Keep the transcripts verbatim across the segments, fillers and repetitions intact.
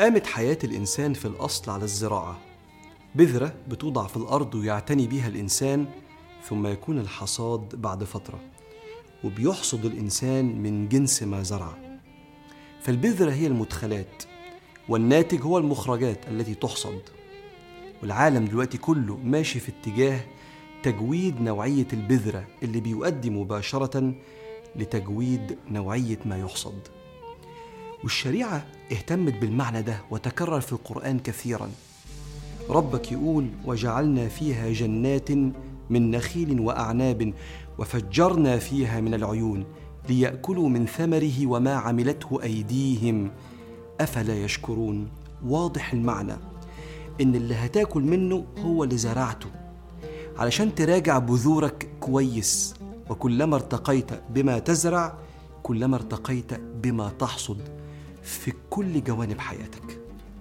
قامت حياة الإنسان في الأصل على الزراعة، بذرة بتوضع في الأرض ويعتني بها الإنسان، ثم يكون الحصاد بعد فترة، وبيحصد الإنسان من جنس ما زرع. فالبذرة هي المدخلات، والناتج هو المخرجات التي تحصد. والعالم دلوقتي كله ماشي في اتجاه تجويد نوعية البذرة اللي بيؤدي مباشرة لتجويد نوعية ما يحصد. والشريعة اهتمت بالمعنى ده وتكرر في القرآن كثيرا. ربك يقول: وجعلنا فيها جنات من نخيل وأعناب وفجرنا فيها من العيون ليأكلوا من ثمره وما عملته أيديهم أفلا يشكرون. واضح المعنى إن اللي هتاكل منه هو اللي زرعته، علشان تراجع بذورك كويس. وكلما ارتقيت بما تزرع كلما ارتقيت بما تحصد في كل جوانب حياتك.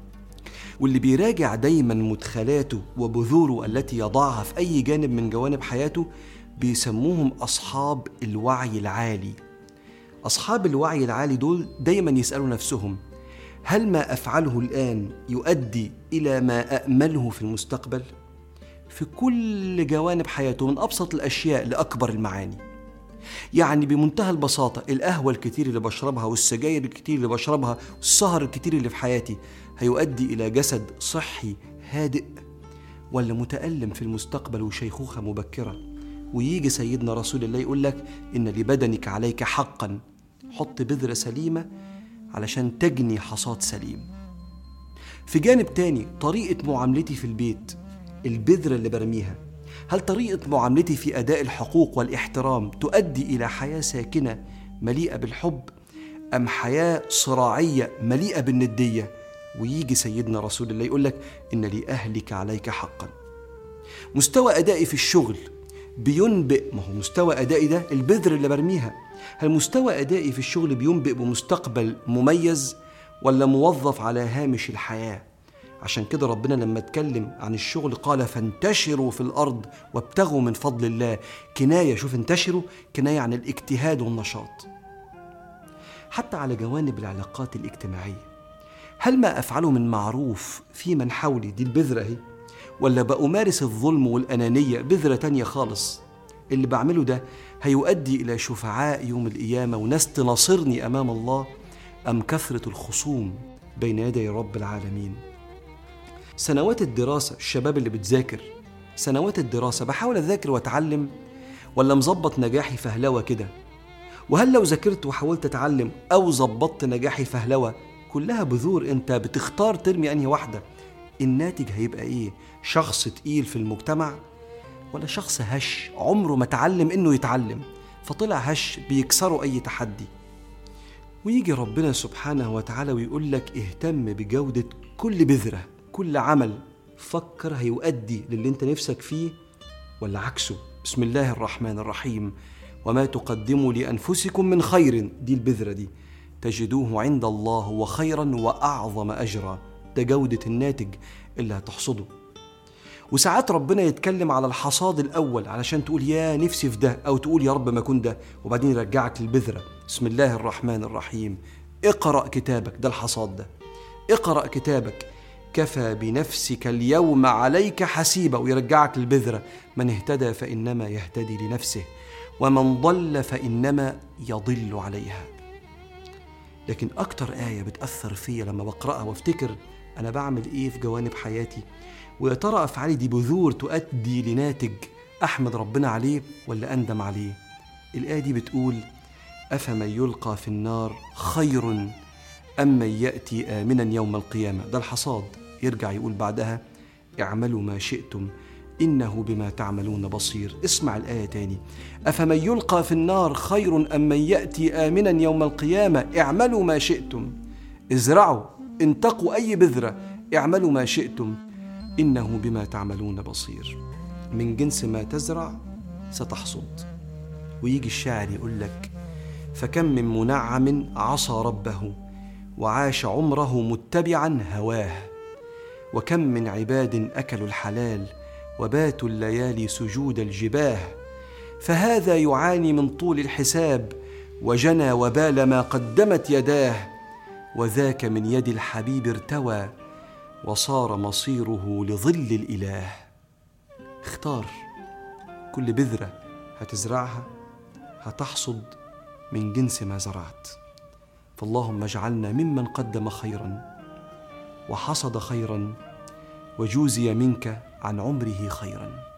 واللي بيراجع دايما مدخلاته وبذوره التي يضعها في أي جانب من جوانب حياته بيسموهم أصحاب الوعي العالي. أصحاب الوعي العالي دول دايما يسألوا نفسهم: هل ما أفعله الآن يؤدي إلى ما أأمله في المستقبل؟ في كل جوانب حياته، من أبسط الأشياء لأكبر المعاني. يعني بمنتهى البساطة، القهوة الكتير اللي بشربها والسجاير الكتير اللي بشربها والسهر الكتير اللي في حياتي هيؤدي إلى جسد صحي هادئ، ولا متألم في المستقبل وشيخوخة مبكرة؟ ويجي سيدنا رسول الله يقول لك: إن لبدنك عليك حقا، حط بذرة سليمة علشان تجني حصاد سليم. في جانب تاني، طريقة معاملتي في البيت، البذرة اللي برميها، هل طريقة معاملتي في أداء الحقوق والاحترام تؤدي إلى حياة ساكنة مليئة بالحب، أم حياة صراعية مليئة بالندية؟ ويجي سيدنا رسول الله يقول لك: إن لأهلك عليك حقا. مستوى أدائي في الشغل بينبئ، ما هو مستوى أدائي ده البذر اللي برميها. هل مستوى أدائي في الشغل بينبئ بمستقبل مميز، ولا موظف على هامش الحياة؟ عشان كده ربنا لما اتكلم عن الشغل قال: فانتشروا في الأرض وابتغوا من فضل الله. كناية، شوف، انتشروا كناية عن الاجتهاد والنشاط. حتى على جوانب العلاقات الاجتماعية، هل ما أفعله من معروف في من حولي دي البذرة هي، ولا بأمارس الظلم والأنانية بذرة تانية خالص؟ اللي بعمله ده هيؤدي إلى شفعاء يوم القيامة وناس تناصرني أمام الله، أم كثرة الخصوم بين يدي رب العالمين؟ سنوات الدراسة، الشباب اللي بتذاكر، سنوات الدراسة بحاول أذاكر وأتعلم، ولا مظبط نجاحي فهلوة كده؟ وهل لو ذاكرت وحاولت أتعلم أو ظبطت نجاحي فهلوة، كلها بذور أنت بتختار ترمي أنهي واحدة؟ الناتج هيبقى إيه؟ شخص تقيل في المجتمع، ولا شخص هش عمره ما تعلم إنه يتعلم فطلع هش بيكسروا أي تحدي؟ ويجي ربنا سبحانه وتعالى ويقول لك: اهتم بجودة كل بذرة، كل عمل فكر هيؤدي للي انت نفسك فيه ولا عكسه. بسم الله الرحمن الرحيم: وما تقدموا لأنفسكم من خير، دي البذرة دي، تجدوه عند الله وخيرا وأعظم أجرا. ده جودة الناتج اللي هتحصده. وساعات ربنا يتكلم على الحصاد الأول علشان تقول يا نفسي في ده، أو تقول يا رب ما كن ده، وبعدين يرجعك للبذرة. بسم الله الرحمن الرحيم: اقرأ كتابك، ده الحصاد ده. اقرأ كتابك كفى بنفسك اليوم عليك حسيبا، ويرجعك للبذرة: من اهتدى فإنما يهتدي لنفسه ومن ضل فإنما يضل عليها. لكن أكتر آية بتأثر فيا لما بقرأها وافتكر أنا بعمل إيه في جوانب حياتي، ويا ترى أفعالي دي بذور تؤدي لناتج أحمد ربنا عليه ولا أندم عليه. الآية دي بتقول: أفمن يلقى في النار خير أم من يأتي آمنا يوم القيامة. ده الحصاد. يرجع يقول بعدها: اعملوا ما شئتم إنه بما تعملون بصير. اسمع الآية تاني: أفمن يلقى في النار خير أم من يأتي آمنا يوم القيامة. اعملوا ما شئتم، ازرعوا، انتقوا أي بذرة، اعملوا ما شئتم إنه بما تعملون بصير. من جنس ما تزرع ستحصد. ويجي الشاعر يقول لك: فكم من منعم عصى ربه وعاش عمره متبعا هواه، وكم من عباد أكلوا الحلال وباتوا الليالي سجود الجباه، فهذا يعاني من طول الحساب وجنى وبال ما قدمت يداه، وذاك من يد الحبيب ارتوى، وصار مصيره لظل الإله. اختار، كل بذرة هتزرعها هتحصد من جنس ما زرعت. فاللهم اجعلنا ممن قدم خيرا وحصد خيرا وجوزي منك عن عمره خيرا.